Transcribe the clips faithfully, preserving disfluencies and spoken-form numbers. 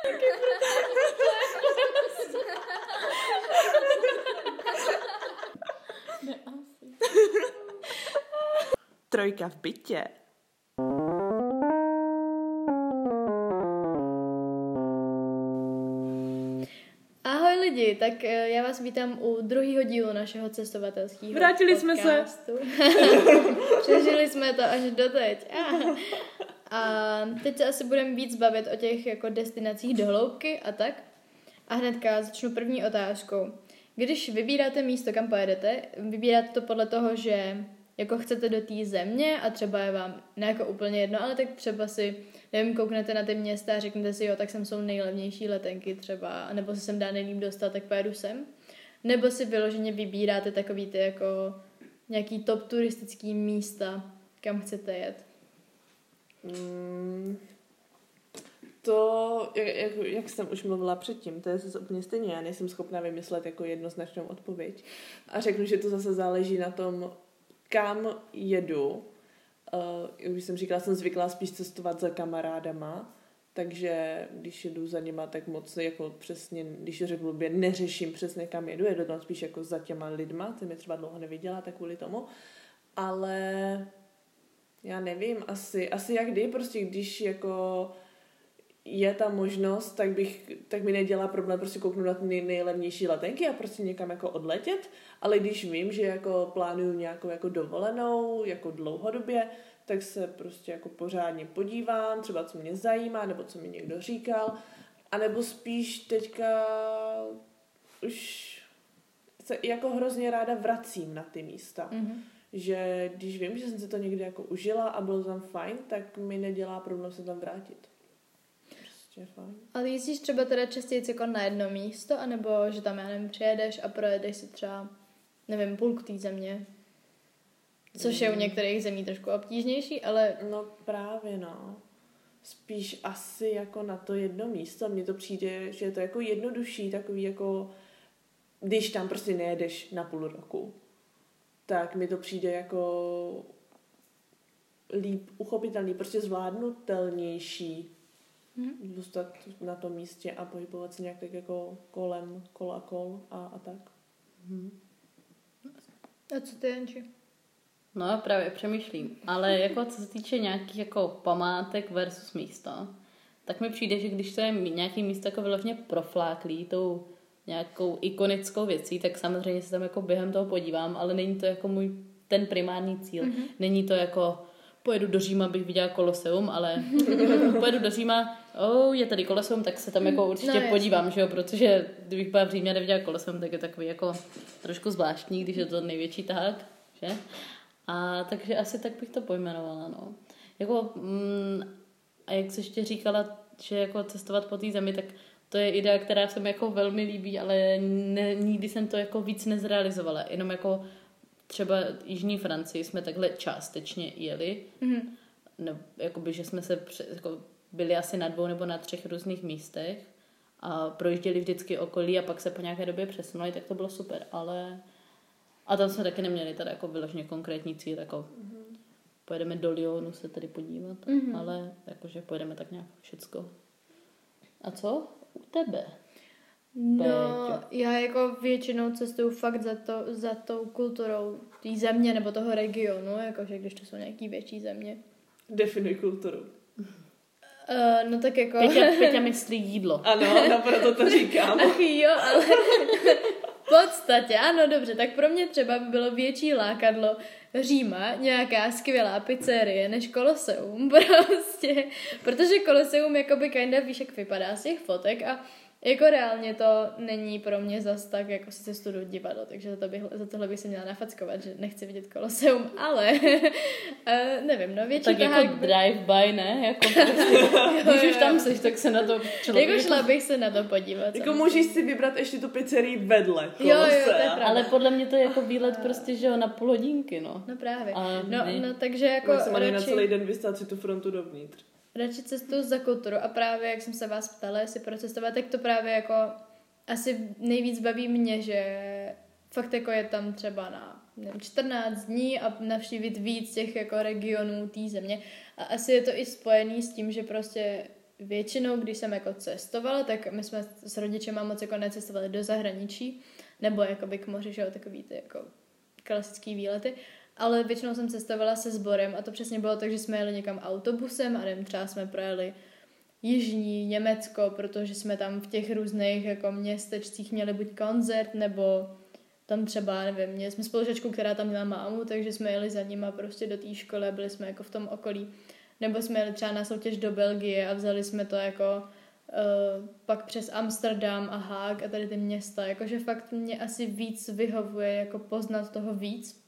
Ne, asi. Trojka v bytě. Ahoj lidi, tak já vás vítám u druhého dílu našeho cestovatelského Vrátili podcastu. jsme se. Přežili jsme to až doteď. Ah. A teď se asi budeme víc bavit o těch jako destinacích do hloubky a tak. A hnedka začnu první otázkou. Když vybíráte místo, kam pojedete, vybíráte to podle toho, že jako chcete do té země a třeba je vám ne jako úplně jedno, ale tak třeba si, nevím, kouknete na ty města a řeknete si, jo, tak sem jsou nejlevnější letenky třeba, nebo se sem dá nejlíp dostat, tak pojedu sem. Nebo si vyloženě vybíráte takový ty jako nějaký top turistický místa, kam chcete jet. Mm, to, jak, jak, jak jsem už mluvila předtím, to je zase úplně stejně. Já nejsem schopná vymyslet jako jednoznačnou odpověď. A řeknu, že to zase záleží na tom, kam jedu. Uh, už jsem říkala, jsem zvyklá spíš cestovat za kamarádama, takže když jedu za nima, tak moc jako přesně, když řeknu blbě, neřeším přesně kam jedu, jedu tam spíš jako za těma lidma, ty mě třeba dlouho neviděla, tak kvůli tomu. Ale já nevím, asi, asi jak kdy, prostě když jako je ta možnost, tak bych, tak mi nedělá problém prostě kouknout na ty nej, nejlevnější letenky a prostě někam jako odletět, ale když vím, že jako plánuju nějakou jako dovolenou, jako dlouhodobě, tak se prostě jako pořádně podívám, třeba co mě zajímá, nebo co mi někdo říkal, anebo spíš teďka už se jako hrozně ráda vracím na ty místa. Mm-hmm. Že když vím, že jsem si to někdy jako užila a bylo tam fajn, tak mi nedělá problém se tam vrátit. Prostě fajn. Ale jezdíš třeba teda častěji jako na jedno místo, anebo že tam, já nevím, přijedeš a projedeš si třeba, nevím, půlku té země. Což je u některých zemí trošku obtížnější, ale... No právě, no. Spíš asi jako na to jedno místo. Mně to přijde, že je to jako jednodušší, takový jako, když tam prostě nejedeš na půl roku, tak mi to přijde jako líp uchopitelný, prostě zvládnutelnější hmm. dostat na tom místě a pohybovat se nějak tak jako kolem, kol a kol a, a tak. Hmm. A co ty, Janči? No já právě přemýšlím, ale jako co se týče nějakých jako památek versus místa, tak mi přijde, že když to je nějaký místo jako vyloženě profláklý tou nějakou ikonickou věcí, tak samozřejmě se tam jako během toho podívám, ale není to jako můj ten primární cíl. Mm-hmm. Není to jako pojedu do Říma, abych viděla Koloseum, ale pojedu do Říma, oh, je tady Koloseum, tak se tam jako určitě no, podívám, že jo, protože kdybych byla v Římě a neviděla Koloseum, tak je takový jako trošku zvláštní, když je to největší tahák, že? A takže asi tak bych to pojmenovala, no. Jako, mm, a jak jsi ještě říkala, že jako cestovat po té zemi, tak to je idea, která se mi jako velmi líbí, ale ne, nikdy jsem to jako víc nezrealizovala. Jenom jako třeba Jižní Francii jsme takhle částečně jeli. Mm-hmm. No, jakoby, že jsme se pře, jako byli asi na dvou nebo na třech různých místech a projížděli vždycky okolí a pak se po nějaké době přesunuli, tak to bylo super, ale a tam jsme taky neměli teda jako vyloženě konkrétní cíl, jako mm-hmm. pojedeme do Lyonu se tady podívat, mm-hmm. ale jakože pojedeme tak nějak všecko. A co u tebe? No, Péťo. Já jako většinou cestuju fakt za, to, za tou kulturou té země nebo toho regionu, jakože když to jsou nějaký větší země. Definuj kulturu. Uh, no tak jako... Peťa, Peťa myslí jídlo. Ano, no proto to říkám. Ach jo, ale... V podstatě, ano, dobře, tak pro mě třeba by bylo větší lákadlo Říma, nějaká skvělá pizzerie, než Koloseum, prostě, protože Koloseum jakoby kinda víš, jak vypadá z těch fotek a jako reálně to není pro mě zas tak, jako sice studuju divadlo, takže za, to bych, za tohle bych se měla nafackovat, že nechci vidět Koloseum, ale uh, nevím, no větší tak tahák... jako drive-by, ne? Jako když už tam seš, tak se na to člověk... Jako šla bych se na to podívat. Jako můžeš si vybrat ještě tu pizzerii vedle jo, jo, to je ale podle mě to je jako výlet prostě, že jo, na půl hodinky, no. No právě. A no, no, takže jako... Já jsem radši... na celý den vystát si tu frontu dovnitř. Radši cestuju za kulturu a právě, jak jsem se vás ptala, jestli procestovat, tak to právě jako asi nejvíc baví mě, že fakt jako je tam třeba na nevím, čtrnáct dní a navštívit víc těch jako regionů té země. A asi je to i spojený s tím, že prostě většinou, když jsem jako cestovala, tak my jsme s rodičema moc jako necestovali do zahraničí, nebo jakoby k moři, že jo, takový ty jako klasický výlety, ale většinou jsem cestovala se sborem a to přesně bylo tak, že jsme jeli někam autobusem a nevím, třeba jsme projeli jižní Německo, protože jsme tam v těch různých jako městečcích měli buď koncert, nebo tam třeba, nevím, měli jsme spolužačku, která tam měla mámu, takže jsme jeli za nima prostě do té školy a byli jsme jako v tom okolí. Nebo jsme jeli třeba na soutěž do Belgie a vzali jsme to jako uh, pak přes Amsterdam a Haag a tady ty města. Jakože fakt mě asi víc vyhovuje jako poznat toho víc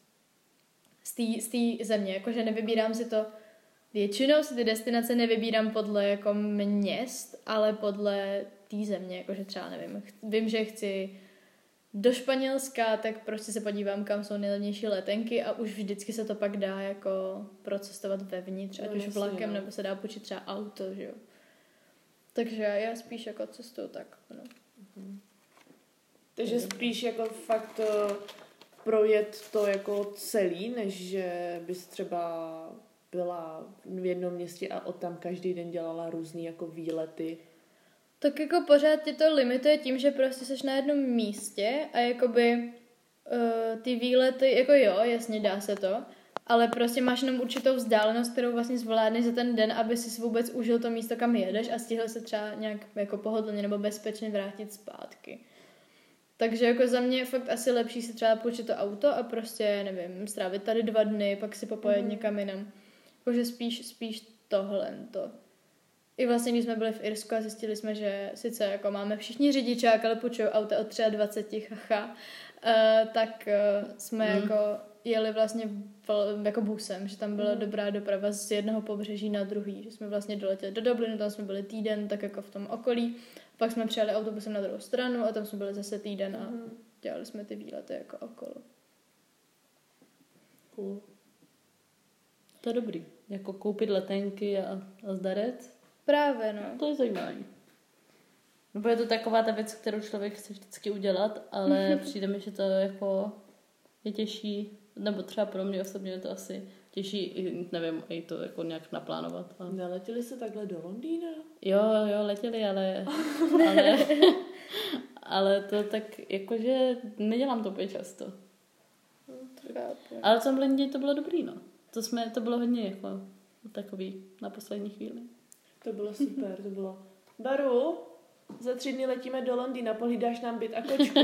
z té země. Jakože nevybírám si to, většinou si ty destinace nevybírám podle jako měst, ale podle té země. Jakože třeba nevím, vím, že chci do Španělska, tak prostě se podívám, kam jsou nejlevnější letenky a už vždycky se to pak dá jako procestovat vevnitř, ať no, už vlakem, no. Nebo se dá počít třeba auto, že jo. Takže já spíš jako cestuju tak, no. Mhm. Takže spíš jako fakt projet to jako celý, než že bys třeba byla v jednom městě a od tam každý den dělala různý jako výlety. Tak jako pořád tě to limituje tím, že prostě seš na jednom místě a jakoby uh, ty výlety, jako jo, jasně dá se to, ale prostě máš jenom určitou vzdálenost, kterou vlastně zvládneš za ten den, aby si vůbec užil to místo, kam jedeš a stihl se třeba nějak jako pohodlně nebo bezpečně vrátit zpátky. Takže jako za mě je fakt asi lepší si třeba půjčit to auto a prostě, nevím, strávit tady dva dny, pak si popojet mm. někam jinam. Jakože spíš, spíš tohle to. I vlastně, když jsme byli v Irsku a zjistili jsme, že sice jako máme všichni řidičák, ale půjčují auta od dvacet tři, haha, uh, tak uh, jsme mm. jako jeli vlastně v, jako busem, že tam byla mm. dobrá doprava z jednoho pobřeží na druhý, že jsme vlastně doletěli do Dublinu, tam jsme byli týden, tak jako v tom okolí, pak jsme přijeli autobusem na druhou stranu a tam jsme byli zase týden a mm. dělali jsme ty výlety jako okolo. Cool. To je dobrý, jako koupit letenky a, a zdarec. Právě, no. To je zajímavé. Nebo je to taková ta věc, kterou člověk chce vždycky udělat, ale přijde mi, že to jako je těžší, nebo třeba pro mě osobně je to asi těžší, nevím, i to jako nějak naplánovat. A... Neletěli se takhle do Londýna? Jo, jo, letěli, ale, ale, ale to tak jakože nedělám to úplně často. Ale v tom Londýně to bylo dobrý, no. To, jsme, to bylo hodně jako takový na poslední chvíli. To bylo super, to bylo. Baru, za tři dny letíme do Londýna, pohlídáš nám byt a kočku.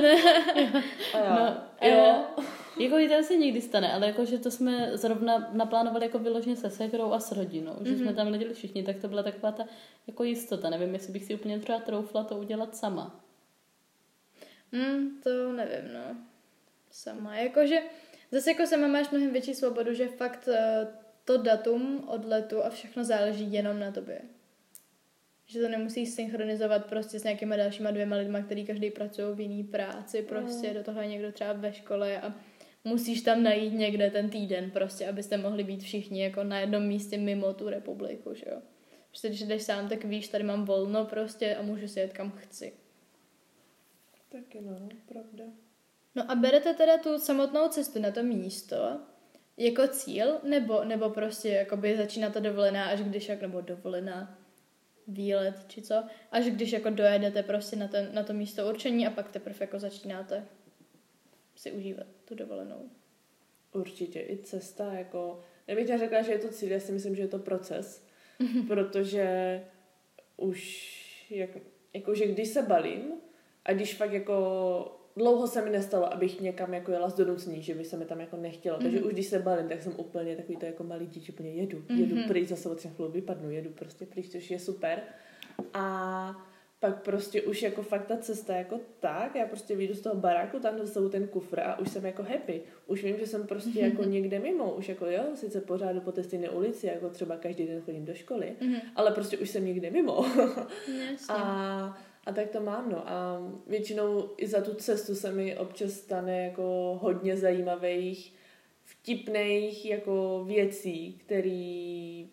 A já, no, jo. Jako i to asi někdy stane, ale jakože to jsme zrovna naplánovali jako vyloženě se segrou a s rodinou, mm-hmm. že jsme tam letěli všichni, tak to byla taková ta jako jistota. Nevím, jestli bych si úplně třeba troufla to udělat sama. Mm, to nevím, no. Sama. Jakože zase jako sama máš mnohem větší svobodu, že fakt to datum odletu a všechno záleží jenom na tobě. Že to nemusíš synchronizovat prostě s nějakýma dalšíma dvěma lidma, který každý pracují v jiný práci, prostě mm. do toho je někdo třeba ve škole a musíš tam najít někde ten týden prostě, abyste mohli být všichni jako na jednom místě mimo tu republiku, že jo. Protože když jdeš sám, tak víš, tady mám volno prostě a můžu si jet kam chci. Taky no, pravda. No a berete teda tu samotnou cestu na to místo jako cíl, nebo, nebo prostě jakoby začíná ta dovolená, až když jak, nebo dovolená, výlet, či co, až když jako dojedete prostě na, ten, na to místo určení a pak teprve jako začínáte si užívat tu dovolenou. Určitě, i cesta, jako, nebych tě řekla, že je to cíl, já si myslím, že je to proces, protože už, jak, jako, že když se balím a když fakt jako dlouho se mi nestalo, abych někam jako jela z donucení, že by se mi tam jako nechtělo. Mm-hmm. Takže už když se balím, tak jsem úplně takový to jako malý dítě, úplně jedu, mm-hmm. jedu pryč, zase od chvíli vypadnu, jedu prostě pryč, což je super. A pak prostě už jako fakt ta cesta jako tak, já prostě vyjdu z toho baráku, tam jsou ten kufr a už jsem jako happy. Už vím, že jsem prostě mm-hmm. jako někde mimo, už jako jo, sice pořád po té stejné ulici, jako třeba každý den chodím do školy, mm-hmm. ale prostě už jsem někde mimo. a A tak to mám, no. A většinou i za tu cestu se mi občas stane jako hodně zajímavých, vtipných jako věcí, které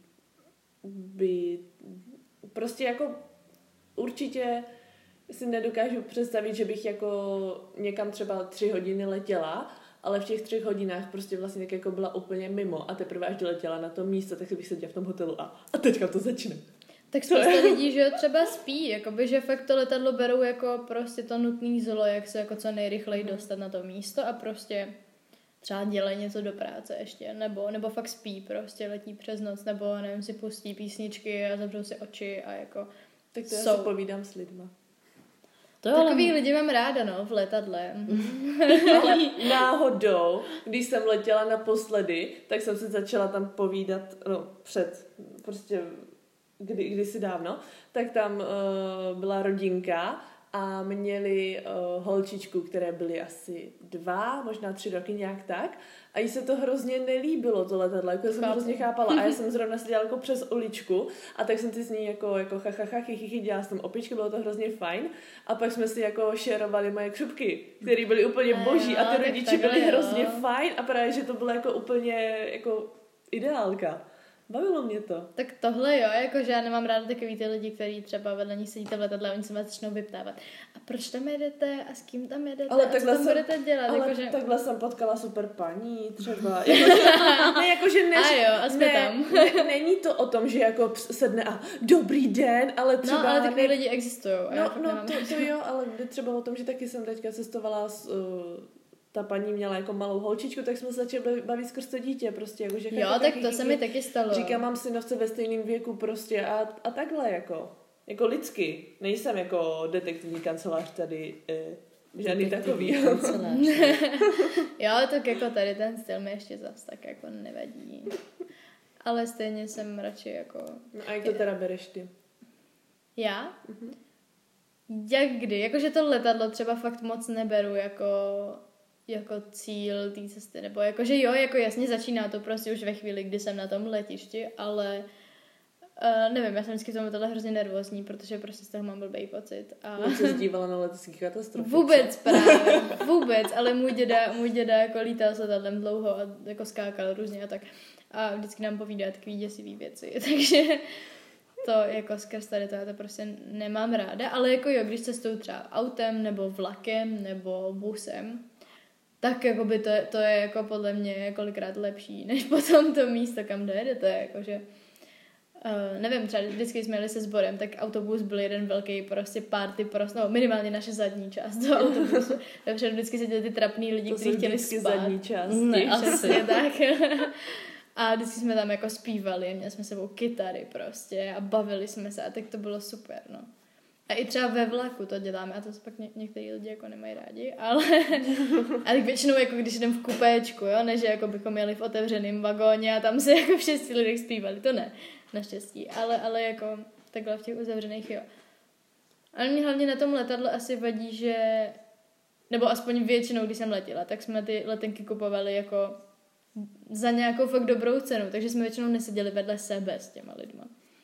by prostě jako určitě si nedokážu představit, že bych jako někam třeba tři hodiny letěla, ale v těch třech hodinách prostě vlastně tak jako byla úplně mimo a teprve až doletěla na to místo, tak si bych seděla v tom hotelu a, a teďka to začne. Tak spousta lidí, že jo, třeba spí, jakoby, že fakt to letadlo berou jako prostě to nutný zlo, jak se jako co nejrychleji dostat na to místo a prostě třeba dělají něco do práce ještě, nebo, nebo fakt spí, prostě letí přes noc, nebo nevím, si pustí písničky a zavřou si oči a jako Tak to já jsou. si povídám s lidma. To Takový ale... lidi mám ráda, no, v letadle. Ale náhodou, když jsem letěla naposledy, tak jsem si začala tam povídat, no před, prostě kdy, kdysi dávno, tak tam uh, byla rodinka a měli uh, holčičku, které byly asi dva, možná tři roky nějak tak. A jí se to hrozně nelíbilo, to letadlo, jako jsem to hrozně chápala. A já jsem zrovna seděla jako přes uličku a tak jsem si s ní jako, jako ha, ha, ha, chichy, dělala jsem opičky, bylo to hrozně fajn. A pak jsme si jako šerovali moje křupky, které byly úplně boží a ty rodiči byli hrozně fajn a právě, že to bylo jako úplně jako ideálka. Bavilo mě to. Tak tohle jo, jakože já nemám ráda takový ty lidi, kteří třeba vedle ní sedíte v letadle a oni se vás začnou vyptávat. A proč tam jedete? A s kým tam jedete? Ale a co tam jsem, budete dělat? Ale jakože... takhle jsem potkala super paní třeba. Jakože, ne, jakože neř... A jo, a jsme ne, tam. ne, není to o tom, že jako sedne a dobrý den, ale třeba... No, ale takový ne... lidi existují. No, no to, to jo, ale jde třeba o tom, že taky jsem teďka cestovala s... Uh, ta paní měla jako malou holčičku, tak jsme se začali bavit skrz to dítě, prostě jako, že... Jo, tak taky, to se mi taky stalo. Říkám, mám synovce ve stejném věku prostě a, a takhle jako, jako lidsky. Nejsem jako detektivní kancelář tady, eh, žádný takový. Jo, tak jako tady ten styl mi ještě zas tak jako nevadí. Ale stejně jsem radši jako... No a jak to teda bereš ty? Já? Mhm. Jak kdy? Jakože to letadlo třeba fakt moc neberu jako... jako cíl té cesty, nebo jakože jo, jako jasně začíná to prostě už ve chvíli, kdy jsem na tom letišti, ale uh, nevím, já jsem vždycky tomu tohle hrozně nervózní, protože prostě z toho mám blbý pocit. A... Už se zdívala na leteckých katastrofách. Vůbec právě, vůbec, ale můj děda, můj děda jako lítal s letadlem dlouho a jako skákal různě a tak a vždycky nám povídá takový děsivý věci, takže to jako skrz tady to já to prostě nemám ráda, ale jako jo, když cestuju třeba autem nebo vlakem nebo busem, tak jakoby to, to je jako podle mě kolikrát lepší, než potom to místo, kam dojedete, jakože uh, nevím, třeba vždycky jsme jeli se sborem, tak autobus byl jeden velký prostě party prostě, no minimálně naše zadní část toho autobusu, takže vždycky seděli ty trapný lidi, kteří chtěli spát. zadní část. Ne, asi. tak. A vždycky jsme tam jako zpívali, měli jsme sebou kytary prostě a bavili jsme se a tak to bylo super, no. A i třeba ve vlaku to děláme, a to pak ně, některý lidi jako nemají rádi, ale, ale většinou jako když jdem v kupéčku, jo, než jako bychom jeli v otevřeném vagóně a tam se jako v šesti lidech zpívali, to ne, naštěstí, ale, ale jako takhle v těch uzavřených, jo. Ale mě hlavně na tom letadle asi vadí, že, nebo aspoň většinou, když jsem letěla, tak jsme ty letenky kupovali jako za nějakou fakt dobrou cenu, takže jsme většinou neseděli vedle sebe s těma lidma.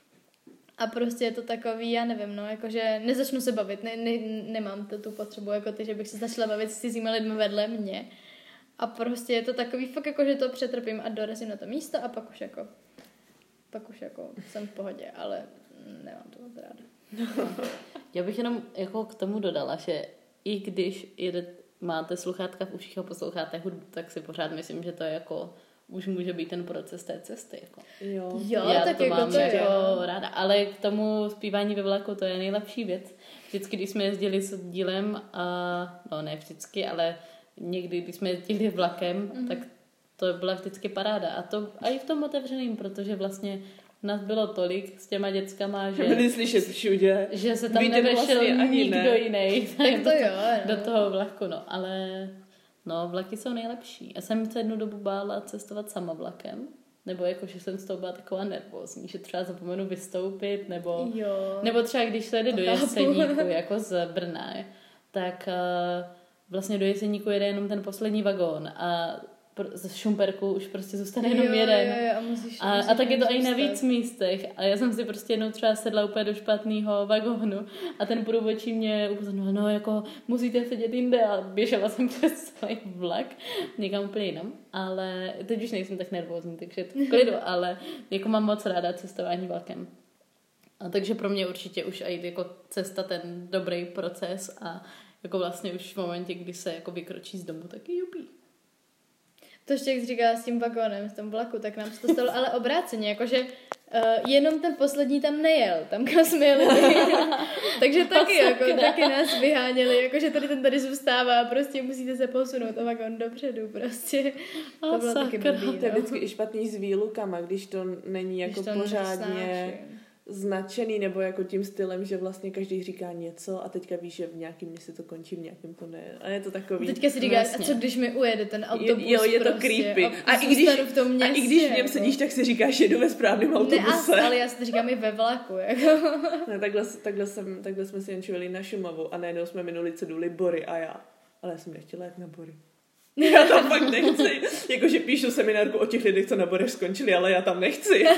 A prostě je to takový, já nevím, no, jakože nezačnu se bavit, ne, ne, nemám to, tu potřebu jako ty, že bych se začala bavit s cizími lidmi vedle mě. A prostě je to takový fakt jako, že to přetrpím a dorazím na to místo a pak už jako, pak už jako jsem v pohodě, ale nemám to moc ráda. Já bych jenom jako k tomu dodala, že i když jede, máte sluchátka v uších a posloucháte hudbu, tak si pořád myslím, že to je jako už může být ten proces té cesty. Jako. Jo, jo já tak to jako mám to jako je. ráda. Ale k tomu zpívání ve vlaku, to je nejlepší věc. Vždycky, když jsme jezdili s oddílem, a, no ne vždycky, ale někdy, když jsme jezdili vlakem, mm-hmm. tak to byla vždycky paráda. A to a i v tom otevřeným, protože vlastně nás bylo tolik s těma dětskama, že, byli slyšet všude. že se tam Víte, nevešel vlastně ani nikdo ne. jiný. Tak to jo. Do toho vlaku, no. Ale no, vlaky jsou nejlepší. Já jsem se jednu dobu bála cestovat sama vlakem. Nebo jako, že jsem z toho byla taková nervózní, že třeba zapomenu vystoupit, nebo, jo. nebo třeba když se jede do Jeseníku, jako z Brna, tak uh, vlastně do Jeseníku jede jenom ten poslední vagón a z Šumperku už prostě zůstane jenom jo, jeden. Jo, jo, a, musíš, a, musíš a tak je to i na zůstat. víc místech. A já jsem si prostě jednou třeba sedla úplně do špatného vagónu a ten průvodčí mě upozornil, no jako musíte sedět jinde a běžela jsem přes celý vlak někam úplně jinam. Ale teď už nejsem tak nervózní, takže to v klidu, ale jako mám moc ráda cestování vlakem. A takže pro mě určitě už i jako cesta ten dobrý proces a jako vlastně už v momentě, kdy se jako vykročí z domu, tak je jupí. To ještě jak jsi říkala s tím vagónem, s tom vlaku, tak nám se to stalo ale obráceně, jakože Uh, jenom ten poslední tam nejel, tam kam jsme jeli. Takže taky, jako, taky nás vyháněli, jako, že tady ten tady zůstává, prostě musíte se posunout a pak on dopředu, prostě. To A bylo taky blbý, no. To je vždycky i špatný s výlukama, když to není jako to pořádně značený, nebo jako tím stylem, že vlastně každý říká něco a teďka víš, že v nějakém městě to končí, v nějakém to ne. A je to takový. Teďka si říkáš, a co když mi ujede ten autobus? Jo, je to prostě, creepy. A, a, i když, v tom městě, a i když v něm jako. sedíš, tak si říkáš, že jedu ve správném autobuse. Ne, ale já si to říkám i ve vlaku. Jako. Ne, takhle, takhle, jsem, takhle jsme si jen čuvili na Šumavu a najednou jsme minuli ceduli Bory a já. Ale já jsem nechtěla jít na Bory. Já tam fakt nechci. Jakože píšu seminárku o těch lidech, co na Borech skončili, ale já tam nechci.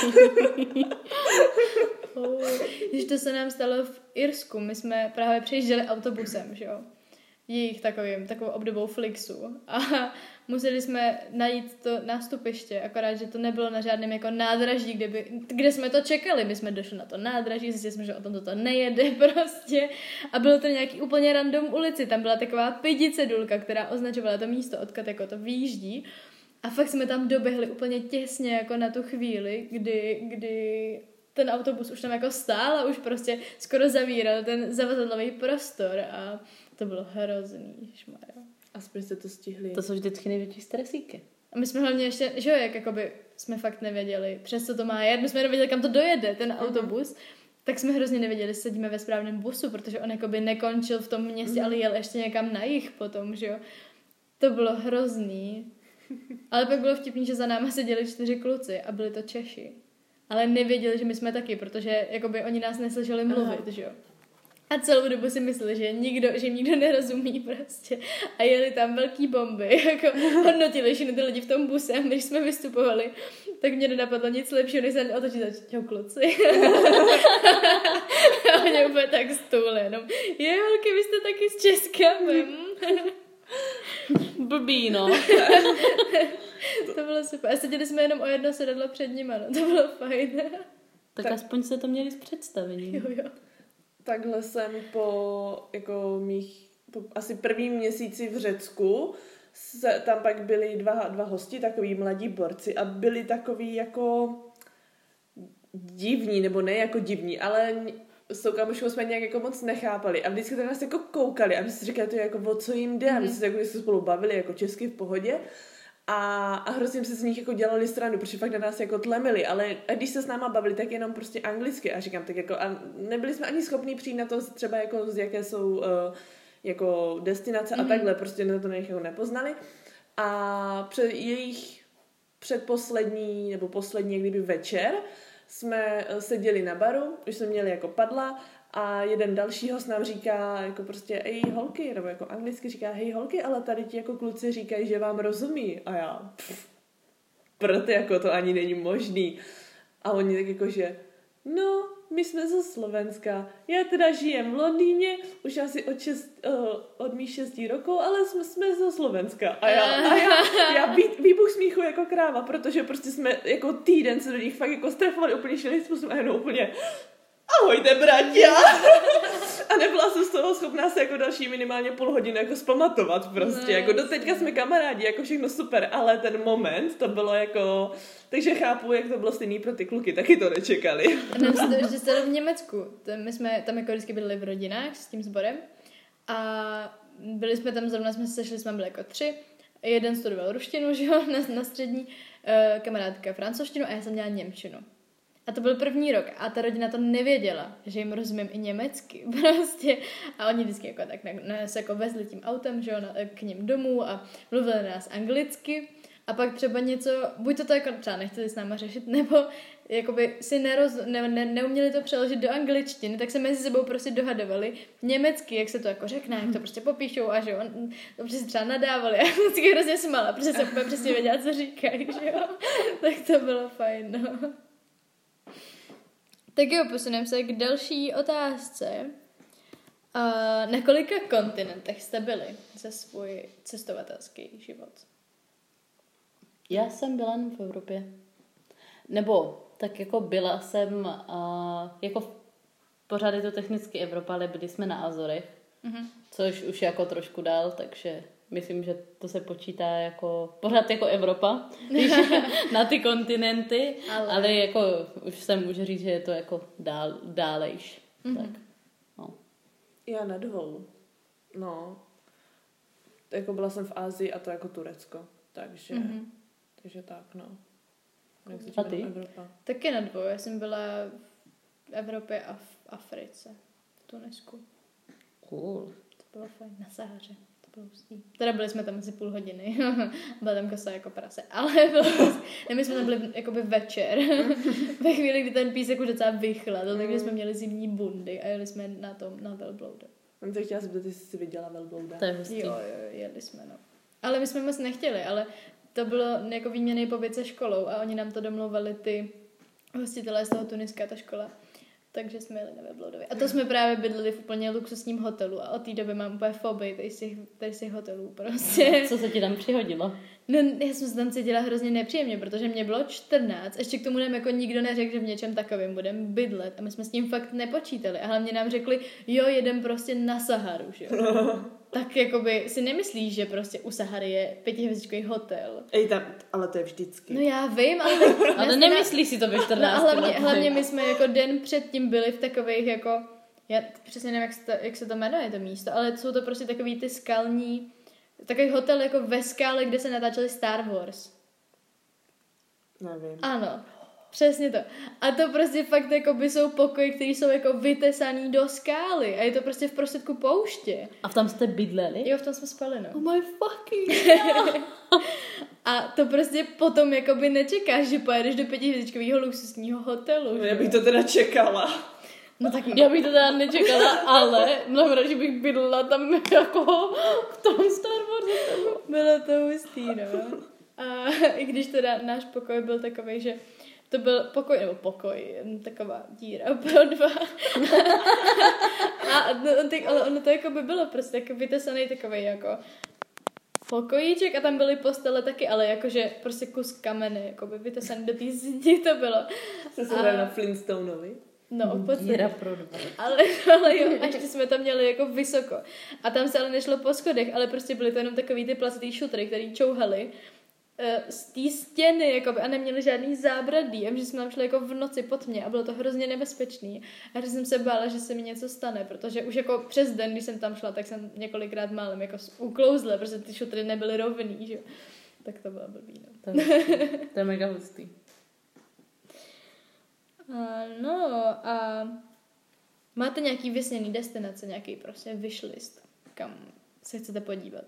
Když to se nám stalo v Irsku, my jsme právě přejížděli autobusem, že jo? Jejich takovým, takovou obdobou Flixu. A museli jsme najít to nástupiště, akorát, že to nebylo na žádném jako nádraží, kde, by, kde jsme to čekali. My jsme došli na to nádraží, zjistili jsme, že o tom toto nejede prostě. A bylo to nějaký úplně random ulici. Tam byla taková pěticedulka, která označovala to místo, odkud jako to vyjíždí. A fakt jsme tam doběhli úplně těsně jako na tu chvíli, kdy, kdy ten autobus už tam jako stál a už prostě skoro zavíral ten zavazadlový prostor a to bylo hrozný, ježmarja. Aspoň jste to stihli. To jsou vždycky největší stresíky. A my jsme hlavně ještě, že jo, jak jakoby jsme fakt nevěděli, přes co to má jet, my jsme nevěděli, kam to dojede, ten uh-huh. autobus, tak jsme hrozně nevěděli, že sedíme ve správném busu, protože on jakoby nekončil v tom městě, uh-huh. ale jel ještě někam na jih potom, že jo. To bylo hrozný. Ale pak bylo vtipný, že za náma seděli čtyři kluci a byli to Češi. Ale nevěděli, že my jsme taky, protože jakoby oni nás neslyšeli mluvit, Aha. že jo. A celou dobu si mysleli, že nikdo, že jim nikdo nerozumí prostě. A jeli tam velký bomby, jako hodnotili všechny ty lidi v tom buse, když jsme vystupovali, tak mě nenapadlo nic lepšího, než se otočit a čau kluci. A oni úplně tak stůl jenom. Je, holky, vy jste taky z Česka, Blbý, no. To bylo super. A seděli jsme jenom o jedno sedadlo před nima, no. To bylo fajn. Tak, tak aspoň se to měli s představením. Jo, jo. Takhle jsem po jako mých po asi prvním měsíci v Řecku, se, tam pak byli dva, dva hosti, takový mladí borci a byli takový jako divní, nebo ne jako divní, ale s tou kamoškou jsme nějak jako moc nechápali a vždycky to nás jako koukali a my si říkali, to je jako o co jim jde a my si jako, se spolu bavili jako česky v pohodě a, a hrozně se z nich jako dělali stranu, protože fakt na nás jako tlemili, ale a když se s náma bavili, tak jenom prostě anglicky a říkám tak jako a nebyli jsme ani schopní přijít na to třeba jako z jaké jsou uh, jako destinace mm-hmm. a takhle, prostě na to jako nepoznali a před jejich předposlední nebo poslední kdyby večer jsme seděli na baru, už jsme měli jako padla a jeden další host nám říká jako prostě hej holky, nebo jako anglicky říká hej holky, ale tady ti jako kluci říkají, že vám rozumí a já pff, prd, jako to ani není možný a oni tak jako, že no, my jsme ze Slovenska, já teda žijem v Londýně, už asi od, šest, uh, od mých šestí roků, ale jsme, jsme ze Slovenska a já, a já, já vý, výbuch smíchu jako kráva, protože prostě jsme jako týden se do nich fakt jako strefovali úplně šilým způsobem a jenom úplně ahojte bratia a nebyla jsem z toho schopná se jako další minimálně půl hodiny jako zpamatovat prostě, no, jako do teďka jsme kamarádi, jako všechno super, ale ten moment to bylo jako, takže chápu, jak to bylo stejný pro ty kluky, taky to nečekali. A nám se to ještě stalo v Německu, my jsme tam jako vždycky byli v rodinách s tím sborem a byli jsme tam, zrovna jsme se sešli, jsme byli jako tři, jeden studoval ruštinu, že jo, na, na střední, kamarádka francouzštinu a já jsem měla němčinu. A to byl první rok a ta rodina to nevěděla, že jim rozumím i německy prostě. A oni vždycky jako tak nás jako vezli tím autem, že jo, k ním domů a mluvili na nás anglicky. A pak třeba něco, buď to, to jako třeba nechtěli s náma řešit, nebo jakoby si neroz, ne, ne, neuměli to přeložit do angličtiny, tak se mezi sebou prostě dohadovali německy, jak se to jako řekne, jak to prostě popíšou a že jo, prostě třeba nadávali a vždycky hrozně smala, protože jsem úplně přesně věděla, co říkají, že jo. Tak to bylo fajn, no. Tak jo, posuneme se k další otázce. A na kolika kontinentech jste byli za svůj cestovatelský život? Já jsem byla jen v Evropě. Nebo tak jako byla jsem, uh, jako pořád je to technicky Evropa, ale byli jsme na Azorech, mm-hmm. což už jako trošku dál, takže myslím, že to se počítá jako, pořád jako Evropa, na ty kontinenty, ale, ale jako už se může říct, že je to jako dál, dálejš. Mm-hmm. Tak, no. Já na dvou. No. Jako byla jsem v Asii a to jako Turecko. Takže, mm-hmm. takže tak, no. A ty? Evropa. Taky na dvou. Já jsem byla v Evropě a v Africe. V Tunisku. Cool. To bylo fajn. Na Sahaře. To bylo hustý. Teda byli jsme tam asi půl hodiny. Byla tam kosa jako prase. Ale bylo to... ne, my jsme tam byli jakoby večer. Ve chvíli, kdy ten písek už docela vychladl, mm. takže jsme měli zimní bundy a jeli jsme na tom, na velbloudu. Jsem se chtěla zeptat, jestli jsi viděla velblouda. To je hustý. Jo, jo, jeli jsme, no. Ale my jsme moc nechtěli, ale to bylo jako výměnný pobyt se školou a oni nám to domlouvali ty hostitelé z toho Tuniska, ta škola. Takže jsme jeli na Velbloudovi. A to jsme právě bydleli v úplně luxusním hotelu a od té doby mám úplně fobii tady z těch, tady z těch hotelů prostě. Co se ti tam přihodilo? No, já jsem se tam cítila hrozně nepříjemně, protože mě bylo čtrnáct, ještě k tomu nám jako nikdo neřekl, že v něčem takovém budeme bydlet a my jsme s tím fakt nepočítali a hlavně nám řekli, jo, jedem prostě na Saharu, že jo. Tak jakoby si nemyslíš, že prostě u Sahary je pětihvězdičkový hotel. Ej, tam, ale to je vždycky. No já vím, ale... Tak, ale nemyslíš si to ve čtrnácti. No, hlavně, hlavně my jsme jako den předtím byli v takových jako... Já přesně nevím, jak se, to, jak se to jmenuje, to místo, ale jsou to prostě takový ty skalní... Takový hotel jako ve skále, kde se natáčeli Star Wars. Nevím. Ano, přesně to. A to prostě fakt jako by jsou pokoje, které jsou jako vytesaný do skály. A je to prostě v prostředku pouště. A v tam jste bydleli? Jo, v tom jsme spali, no. Oh my fucking God. A to prostě potom jakoby nečekáš, že pojedeš do pětihvězdičkového luxusního hotelu. Já bych to teda čekala. No tak já bych to teda nečekala, ale mnohem radši bych bydlela tam jako v tom Star Wars. Bylo to hustý, no. A i když teda náš pokoj byl takovej, že to byl pokoj, nebo pokoj, taková díra pro dva. A no, tak, ale ono to jako by bylo prostě tak vytesaný takovej jako pokojíček a tam byly postele taky, ale jakože prostě kus kamene, jako by vytesaný do té zdi to bylo. Jste se hráli na Flintstonovi? No, v podstatě. Díra pro dva. Ale, ale jo, a ještě jsme tam měli jako vysoko. A tam se ale nešlo po schodech, ale prostě byly to jenom takový ty placatý šutry, který čouhali uh, z té stěny, jakoby, a neměli žádný zábradlí. A že jsme tam šli jako v noci pod mě a bylo to hrozně nebezpečný. A že jsem se bála, že se mi něco stane, protože už jako přes den, když jsem tam šla, tak jsem několikrát málem jako uklouzla, protože ty šutry nebyly rovný, že? Tak to bylo blbý, no. To je, to je mega hustý. Uh, no a máte nějaký vysněný destinace, nějaký prostě wishlist, kam se chcete podívat?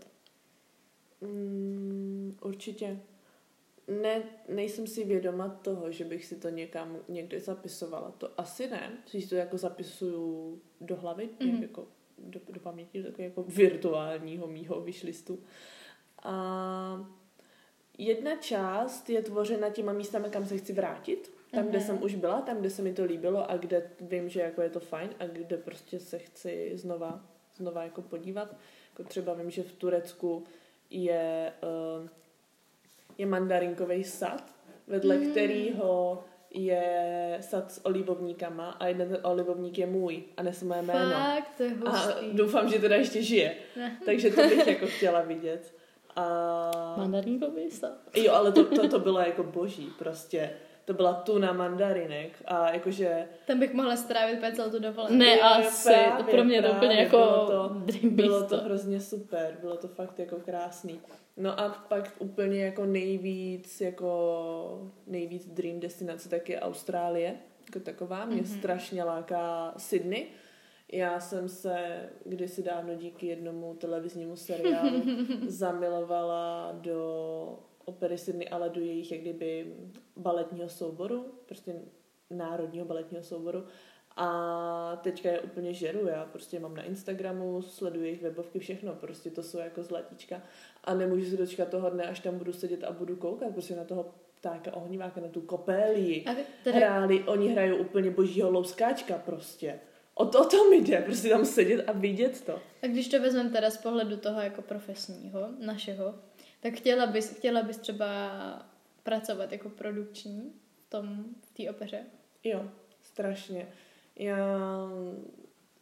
Mm, určitě. Ne, nejsem si vědoma toho, že bych si to někam někde zapisovala. To asi ne. Si to jako zapisuju do hlavy, mm-hmm. jako do, do paměti, do jako virtuálního mýho wishlistu. A jedna část je tvořena těma místami, kam se chci vrátit. Tam, kde jsem už byla, tam, kde se mi to líbilo a kde vím, že jako je to fajn a kde prostě se chci znova, znova jako podívat. Jako třeba vím, že v Turecku je, uh, je mandarinkový sad, vedle mm. kterého je sad s olivovníkama a jeden ten olivovník je můj a nese moje jméno. Fakt, to je hustý. A doufám, že teda ještě žije. Takže to bych jako chtěla vidět. A... Mandarinkový sad. Jo, ale to, to, to bylo jako boží prostě. To byla tuna mandarinek a jakože... Tam bych mohla strávit úplně celou tu dovolenou. Ne, jo, asi. Právě, to pro mě právě, to úplně jako bylo to, dream bylo místo. to hrozně super, bylo to fakt jako krásný. No a pak úplně jako nejvíc, jako nejvíc dream destinace tak je Austrálie, jako taková. Mě mm-hmm. strašně láká Sydney. Já jsem se kdysi dávno díky jednomu televiznímu seriálu zamilovala do opery Sydney, ale do jejich jak kdyby baletního souboru, prostě národního baletního souboru. A teďka je úplně žeru, já prostě mám na Instagramu, sleduji jejich webovky, všechno, prostě to jsou jako zlatíčka. A nemůžu se dočkat toho dne, až tam budu sedět a budu koukat, prostě na toho ptáka ohniváka, na tu kopélii. Teda... Hráli, oni hrajou úplně božího louskáčka prostě. O to, o to mi jde, prostě tam sedět a vidět to. A když to vezmeme teda z pohledu toho jako profesního, našeho, tak chtěla bys, chtěla bys třeba pracovat jako produkční v tom, v té opeře? Jo, strašně. Já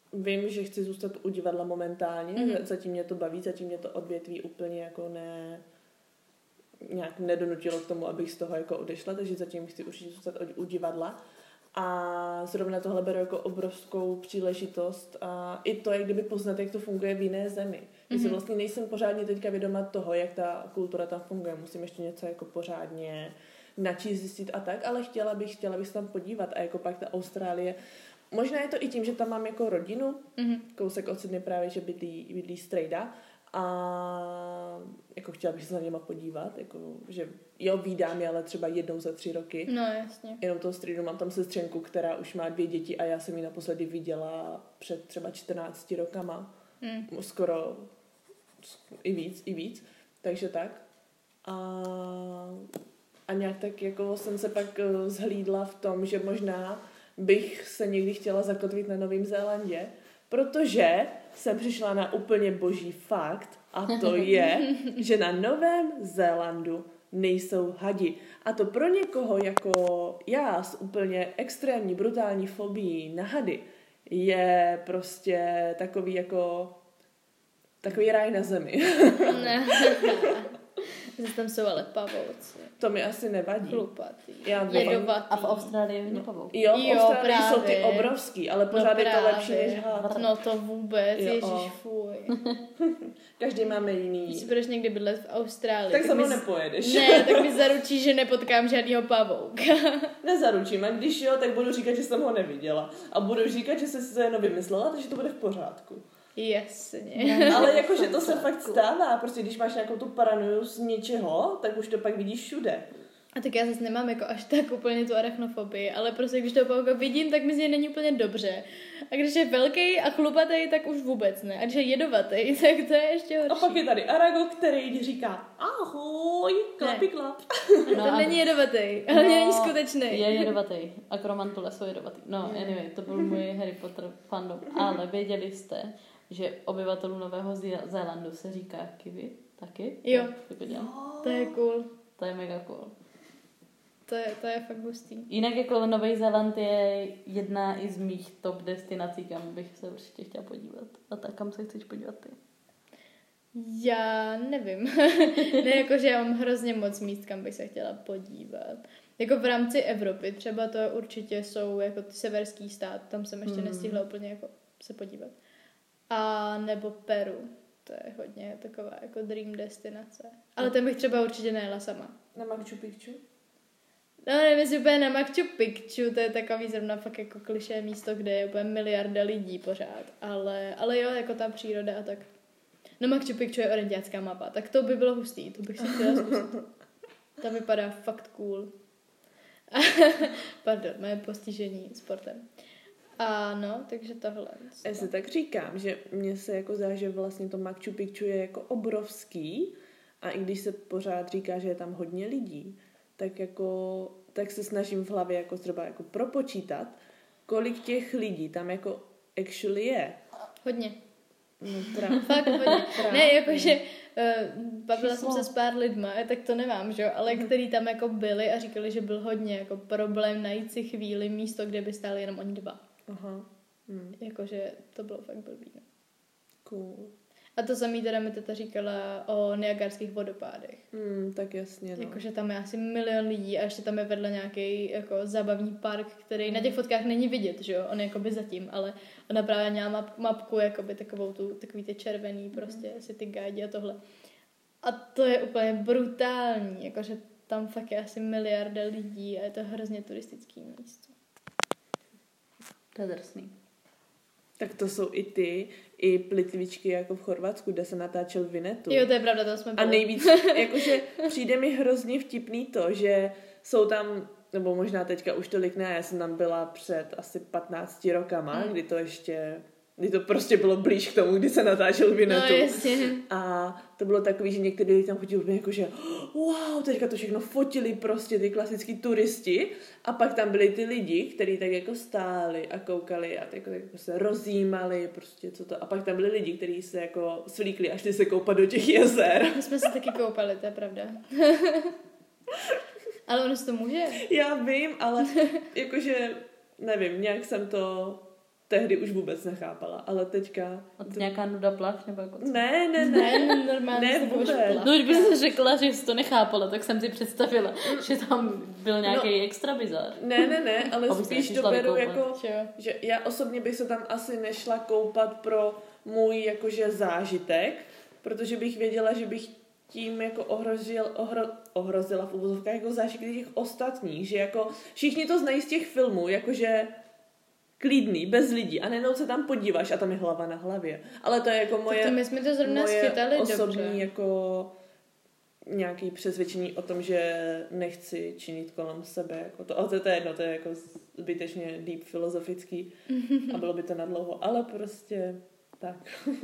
vím, že chci zůstat u divadla momentálně, Mhm. zatím mě to baví, zatím mě to odvětví úplně jako ne... nějak nedonutilo k tomu, abych z toho jako odešla, takže zatím chci určitě zůstat u divadla. A zrovna tohle beru jako obrovskou příležitost a i to, jak kdyby poznat, jak to funguje v jiné zemi. Mm-hmm. Si vlastně nejsem pořádně teďka vědoma toho, jak ta kultura tam funguje. Musím ještě něco jako pořádně načíst, zjistit a tak, ale chtěla bych, chtěla bych se tam podívat a jako pak ta Austrálie. Možná je to i tím, že tam mám jako rodinu, mm-hmm. kousek od Sydney právě, že bydlí, bydlí strejda a jako chtěla bych se na něma podívat, jako, že jo, vídám je, ale třeba jednou za tři roky. No, jasně. Jenom toho strýdu mám tam sestřenku, která už má dvě děti a já jsem ji naposledy viděla před třeba čtrnácti rokama. Mm. Skoro i víc, i víc. Takže tak. A, a nějak tak jako jsem se pak zhlídla v tom, že možná bych se někdy chtěla zakotvit na Novém Zélandě, protože jsem přišla na úplně boží fakt a to je, že na Novém Zélandu nejsou hadi. A to pro někoho jako já s úplně extrémní, brutální fobií na hady je prostě takový jako takový ráj na zemi. Zase tam jsou ale pavouci. To mi asi nevadí. Chlupatý. Já vím. Jedovatý. A v Austrálii hodně pavouci. Jo, v Jo, Austrálii právě. jsou ty obrovský, ale pořád no je to lepší než had. No to vůbec, Jo. ježiš, fuj. Každý máme Když jiný. si budeš někdy bydlet v Austrálii. Tak za mnou mi z- nepojedeš. Ne, tak mi zaručí, že nepotkám žádnýho pavouka. Nezaručím. A když jo, tak budu říkat, že jsem ho neviděla. A budu říkat, že jsi se jenom vymyslela, takže to bude v pořádku. Jasně. Ale jakože to se fakt stává. Prostě když máš nějakou tu paranoju z něčeho, tak už to pak vidíš všude. A tak já zase nemám jako až tak úplně tu arachnofobii, ale prostě když toho pavouka vidím, tak mi z něj není úplně dobře. A když je velký a chlupatý, tak už vůbec ne. A když je jedovatý, tak to je ještě horší. A pak je tady Arago, který říká ahoj, klapi klap. No, to není jedovatý, ale no, není skutečný. Je jedovatý. A kromantule jsou jedovatý. No, anyway, to byl můj Harry Potter fandom. Ale věděli jste, že obyvatelů Nového Zé- Zélandu se říká kiwi? Taky? Jo. Tak to dělám. To je cool. To je mega cool. To je, to je fakt hustý. Jinak jako Nový Zéland je jedna i z mých top destinací, kam bych se určitě chtěla podívat. A tak, kam se chceš podívat ty? Já nevím. Ne, jakože já mám hrozně moc míst, kam bych se chtěla podívat. Jako v rámci Evropy třeba to určitě jsou jako severský stát, tam jsem ještě Hmm. nestihla úplně jako se podívat. A nebo Peru. To je hodně taková jako dream destinace. Ale tam bych třeba určitě nejela sama. Na Machu Picchu? No, nevím, jestli úplně na Machu Picchu, to je takový zrovna fakt jako klišé místo, kde je úplně miliarda lidí pořád. Ale, ale jo, jako ta příroda a tak. No Machu Picchu je orientácká mapa, tak to by bylo hustý, to bych si chtěla zkusit. Ta vypadá fakt cool. Pardon, moje postižení sportem. A no, takže tohle. Já si tak říkám, že mně se jako zdá, že vlastně to Machu Picchu je jako obrovský a i když se pořád říká, že je tam hodně lidí, tak jako, tak se snažím v hlavě jako třeba jako propočítat, kolik těch lidí tam jako actually je. Hodně. No právě. Fakt hodně. Ne, jakože uh, bavila Číslo. jsem se s pár lidma, tak to nemám, že jo, ale Mhm. který tam jako byli a říkali, že byl hodně jako problém najít si chvíli místo, kde by stáli jenom oni dva. Aha. Hmm. Jakože to bylo fakt blbý. No. Cool. A to samý teda mi teta říkala o Niagarských vodopádech. Hmm, tak jasně, no. Jakože tam je asi milion lidí a ještě tam je vedle nějaký jako zábavní park, který na těch fotkách není vidět, že jo, on je jakoby zatím, ale ona právě měla map, mapku, jakoby takovou tu, takový ty červený prostě, city guide a tohle. A to je úplně brutální, jakože tam fakt je asi miliarda lidí a je to hrozně turistický místo. To je drsný. Tak to jsou i ty, i plitvičky jako v Chorvatsku, kde se natáčel Vinetu. Jo, to je pravda, to jsme byli. A nejvíc, jakože přijde mi hrozně vtipný to, že jsou tam, nebo možná teďka už tolik ne, já jsem tam byla před asi patnácti rokama, hmm. kdy to ještě, kdy to prostě bylo blíž k tomu, kdy se natáčel Vinetu. No jasně. A to bylo takový, že někteří lidi tam chodili úplně jako, že wow, teďka to všechno fotili prostě ty klasický turisti a pak tam byli ty lidi, kteří tak jako stáli a koukali a tak, tak jako se rozjímali prostě co to. A pak tam byli lidi, kteří se jako svlíkli a šli se koupat do těch jezer. My jsme se taky koupali, to je pravda. Ale ono se to může. Já vím, ale jakože nevím, nějak jsem to tehdy už vůbec nechápala, ale teďka... A to nějaká nuda plav, nebo jako co? Ne, ne, ne. Ne, normálně Ne, se budeš vůbec. plavat. No, když bys řekla, že jsi to nechápala, tak jsem si představila, že tam byl nějaký no, extra bizar. Ne, ne, ne, ale Abych se spíš to nešla beru vykoupat. jako, Čo? že já osobně bych se tam asi nešla koupat pro můj jakože zážitek, protože bych věděla, že bych tím jako ohrozil, ohro, ohrozila v uvozovkách jako zážitek těch ostatních, že jako všichni to znají z těch filmů, jakože klidný, bez lidí a najednou se tam podíváš a tam je hlava na hlavě. Ale to je jako moje, Tak to my jsme to zrovna moje schytali osobní dobře. jako nějaký přesvědčení o tom, že nechci činit kolem sebe. Jako to, ale to, to je jedno, to je jako zbytečně deep filozofický a bylo by to nadlouho. Ale prostě tak.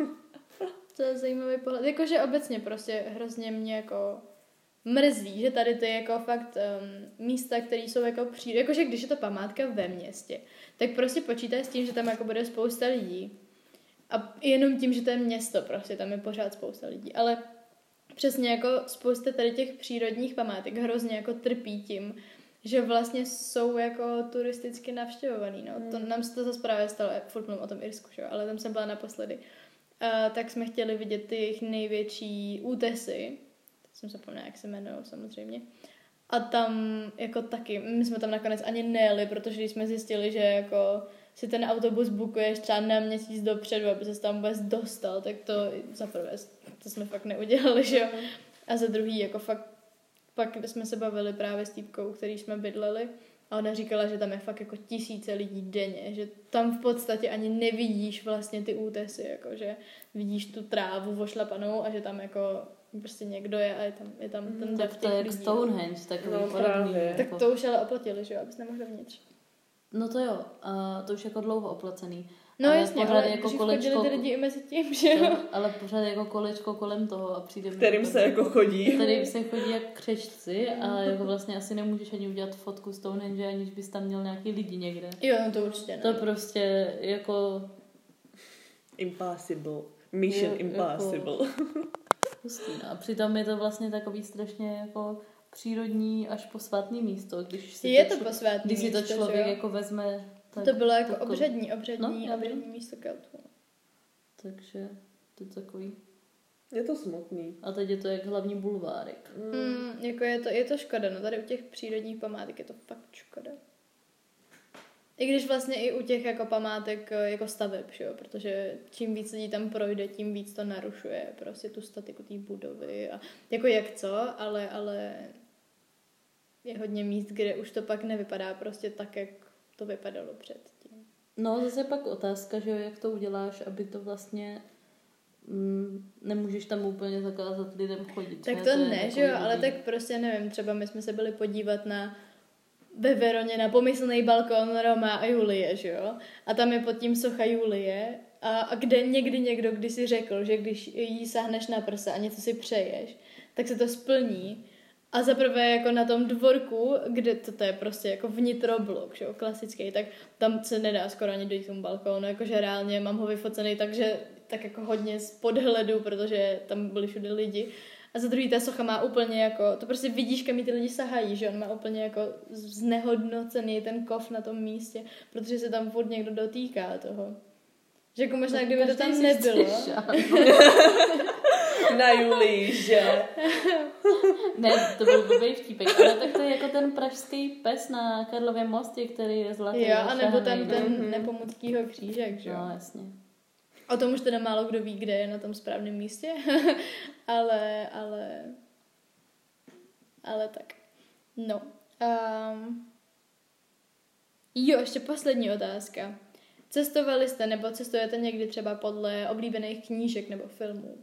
To je zajímavý pohled. Jakože obecně prostě hrozně mě jako mrzí, že tady ty jako fakt um, místa, které jsou jako přijde, jakože když je to památka ve městě, tak prostě počítaj s tím, že tam jako bude spousta lidí. A jenom tím, že to je město, prostě tam je pořád spousta lidí. Ale přesně jako spousta tady těch přírodních památek hrozně jako trpí tím, že vlastně jsou jako turisticky navštěvovaný. No. To, nám se to zase právě stalo, furt mluvím o tom Irsku, že? Ale tam jsem byla naposledy. Uh, tak jsme chtěli vidět ty jejich největší útesy. Teď jsem zapomněla, jak se jmenují samozřejmě. A tam jako taky, my jsme tam nakonec ani nejeli, protože když jsme zjistili, že jako si ten autobus bookuješ třeba na měsíc dopředu, aby se tam vůbec dostal, tak to za prvé, to jsme fakt neudělali, že jo. A za druhý, jako fakt, pak jsme se bavili právě s týpkou, který jsme bydleli, a ona říkala, že tam je fakt jako tisíce lidí denně, že tam v podstatě ani nevidíš vlastně ty útesy, jako že vidíš tu trávu ošlapanou a že tam jako prostě někdo je a je tam, je tam ten dav Tak to těch je jak lidí. Stonehenge, takový No, podobný. právě. Tak Jako. to už ale oplatili, že jo, abys nemohl dovnitř. No to jo, a to už jako dlouho oplacený. No ale jasně, pořád ale jako jako kolečko, chodili ty lidi i mezi tím, že jo. to, ale pořád jako kolečko kolem toho a přijde mi Kterým to- se jako chodí. Tady se chodí jak křečci a jako vlastně asi nemůžeš ani udělat fotku Stonehenge, aniž bys tam měl nějaký lidi někde. Jo, no to určitě To ne. prostě jako Impossible. Mission Jo, impossible. hustý, no. A přitom je to vlastně takový strašně jako přírodní až posvátný místo, když si Je to, to člo- posvátný když si to místo, člověk že jo? jako vezme. Tak, To bylo jako tako- obřadní, obřadní, No, obřadní místo Keltů. Takže to je takový. Je to smutný. A teď je to jak hlavní bulvárek. Mm, jako je to, je to škoda, no tady u těch přírodních památek je to fakt škoda. I když vlastně i u těch jako památek jako staveb, že jo, protože čím víc lidí tam projde, tím víc to narušuje prostě tu statiku té budovy a jako jak co, ale, ale je hodně míst, kde už to pak nevypadá prostě tak, jak to vypadalo předtím. No zase pak otázka, že jo, jak to uděláš, aby to vlastně mm, nemůžeš tam úplně zakázat lidem chodit. Tak že? to je ne, takový že jo, ale dobrý. tak prostě nevím, třeba my jsme se byli podívat na ve Veroně na pomyslný balkon Roma a Julie, že jo? A tam je pod tím socha Julie a, a kde někdy někdo kdysi řekl, že když jí sáhneš na prsa a něco si přeješ, tak se to splní. A zaprvé jako na tom dvorku, kde to, to je prostě jako vnitroblok, že jo, klasický, tak tam se nedá skoro ani dojít k tomu balkónu, jakože reálně mám ho vyfocený, takže tak jako hodně z podhledu, protože tam byli všude lidi. A za druhý ta socha má úplně jako, to prostě vidíš, kam jí ty lidi sahají, že on má úplně jako znehodnocený ten kov na tom místě, protože se tam furt někdo dotýká toho. Že jako možná, No, kdyby to každý tam si nebylo. chce šát. Na Julii, že? Ne, to byl blbý vtípek, ale tak to je jako ten pražský pes na Karlově mostě, který je zlatý. Jo, anebo tam zašahaný, ten Mhm. Nepomuckýho křížek, že jo. No, jasně. O tom už teda málo kdo ví, kde je na tom správném místě, ale, ale, ale tak. No. Um, jo, ještě poslední otázka. Cestovali jste nebo cestujete někdy třeba podle oblíbených knížek nebo filmů?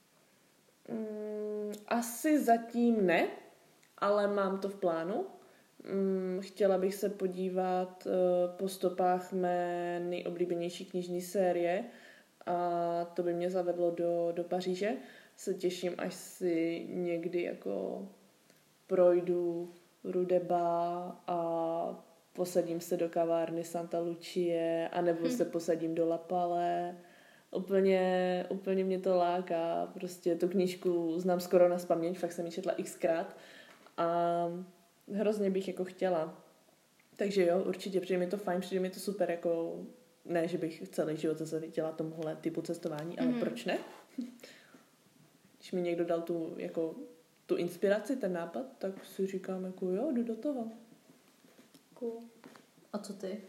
Mm, asi zatím ne, ale mám to v plánu. Mm, chtěla bych se podívat uh, po stopách mé nejoblíbenější knižní série a to by mě zavedlo do, do Paříže. Se těším, až si někdy jako projdu Rudeba a posadím se do kavárny Santa Lucie anebo Hm. se posadím do La Palais. Úplně, úplně mě to láká. Prostě tu knížku znám skoro na spaměť, fakt jsem ji četla xkrát a hrozně bych jako chtěla. Takže jo, určitě, přijde mi to fajn, přijde mi to super jako ne, že bych celý život zasvětila tomuhle typu cestování, ale Mhm. proč ne? Když mi někdo dal tu, jako, tu inspiraci, ten nápad, tak si říkám, jako jo, jdu do toho. Cool. A co ty?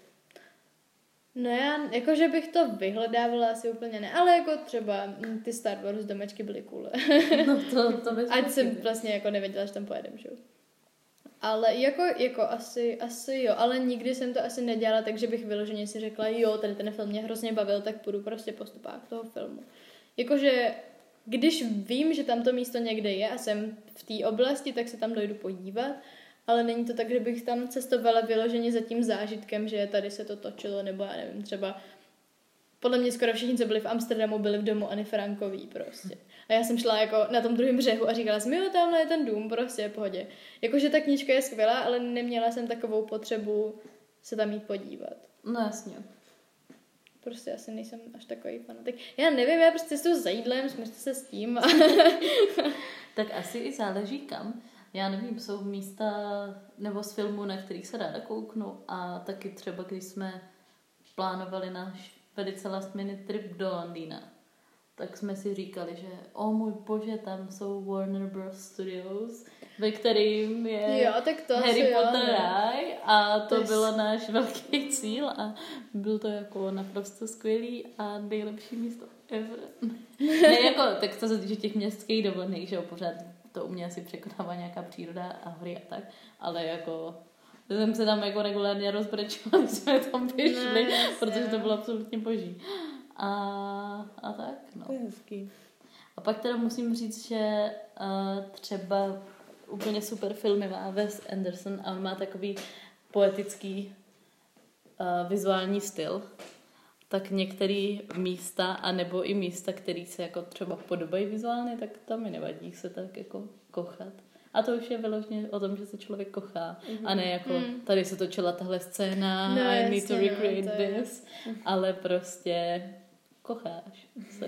No já, jakože bych to vyhledávala asi úplně ne, ale jako třeba mm, ty Star Wars domečky byly cool. No to, to bys Ať jsem vlastně jako nevěděla, že tam pojedem, že jo. Ale jako, jako asi, asi jo, ale nikdy jsem to asi nedělala, takže bych vyloženě si řekla, jo, tady ten film mě hrozně bavil, tak půjdu prostě po stopách toho filmu. Jakože, když vím, že tam to místo někde je a jsem v té oblasti, tak se tam dojdu podívat, ale není to tak, že bych tam cestovala vyloženě za tím zážitkem, že tady se to točilo, nebo já nevím, třeba podle mě skoro všichni, co byli v Amsterdamu, byli v domu Anny Frankový prostě. A já jsem šla jako na tom druhém břehu a říkala jsem, jo, tamhle je ten dům, prostě v pohodě. Jakože ta knížka je skvělá, ale neměla jsem takovou potřebu se tam jít podívat. No jasně. Prostě asi nejsem až takový fanatik. Já nevím, já prostě cestuju za jídlem, smířte se s tím. A... Tak asi i záleží kam. Já nevím, jsou místa nebo z filmů, na kterých se ráda kouknu a taky třeba, když jsme plánovali náš velice last minute trip do Londýna, tak jsme si říkali, že o můj bože, tam jsou Warner Bros. Studios, ve kterým je Jo, tak to Harry asi Potter jo, no. ráj a to To je byl náš velký cíl a byl to jako naprosto skvělý a nejlepší místo ever. Ne, jako, tak co se týče těch městských dovolených, že jo, pořád to u mě asi překonává nějaká příroda a hory a tak, ale jako jsem se tam jako regulárně rozbrečela, když jsme tam vyšli, Ne, jasně, protože to no. bylo absolutně boží. A, a tak, no. To je hezký. A pak teda musím říct, že uh, třeba úplně super filmy má Wes Anderson a on má takový poetický uh, vizuální styl. Tak některé místa, anebo i místa, které se jako třeba podobají vizuálně, tak tam mi nevadí se tak jako kochat. A to už je vyloženě o tom, že se člověk kochá. Mm-hmm. A ne jako, Mm. tady se točila tahle scéna, No, I need jasně, to no, recreate to je- this. Ale prostě kocháš se.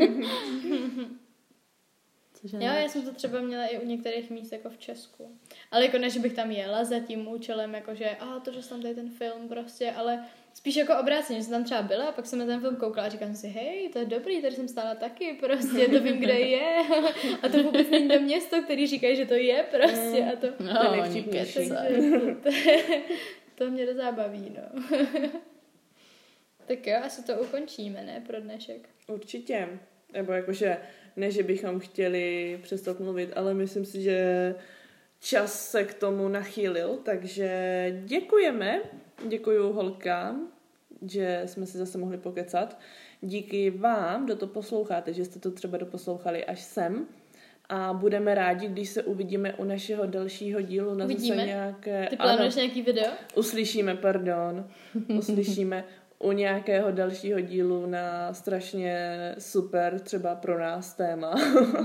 Což je Jo, já nejlepší. jsem to třeba měla i u některých míst jako v Česku. Ale jako ne, že bych tam jela za tím účelem, jakože a to, že jsem tam tady ten film prostě, ale spíš jako obráceně, že jsem tam třeba byla a pak jsem na ten film koukala a říkám si, hej, to je dobrý, tady jsem stála taky, prostě to vím, kde je. A to vůbec není to město, který říkají, že to je prostě a to... To je No, oni nejvtipnější. kecají. Takže to, to mě dozábaví, no. Tak jo, asi to ukončíme, ne, pro dnešek. Určitě. Nebo jakože, ne, že bychom chtěli přestat mluvit, ale myslím si, že čas se k tomu nachýlil, takže děkujeme. Děkuju holkám, že jsme si zase mohli pokecat. Díky vám, kdo to posloucháte, že jste to třeba doposlouchali až sem. A budeme rádi, když se uvidíme u našeho dalšího dílu na Uvidíme? zase nějaké... Ty plánuješ nějaký video? Uslyšíme, pardon. Uslyšíme u nějakého dalšího dílu na strašně super, třeba pro nás téma.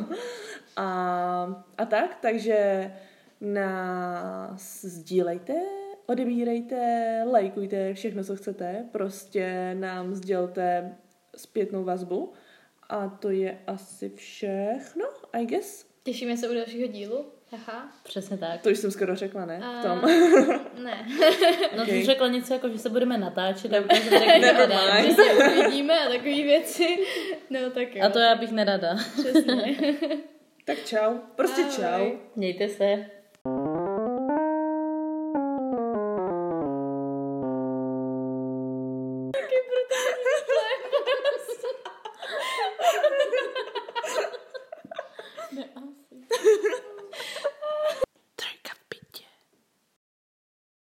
a, a tak, takže nás sdílejte, odebírejte, lajkujte, všechno, co chcete. Prostě nám sdělte zpětnou vazbu. A to je asi všechno, I guess. Těšíme se u dalšího dílu. Aha. Přesně tak. To už jsem skoro řekla, ne? A... V tom. Ne. No Okay. jsi řekla něco jako, že se budeme natáčet. Ne- A, to řekla, Never nerada. mind. Že se uvidíme a takové věci. No tak jo. A to já bych nerada. Přesně. Tak čau. Prostě Ahoj. čau. Mějte se.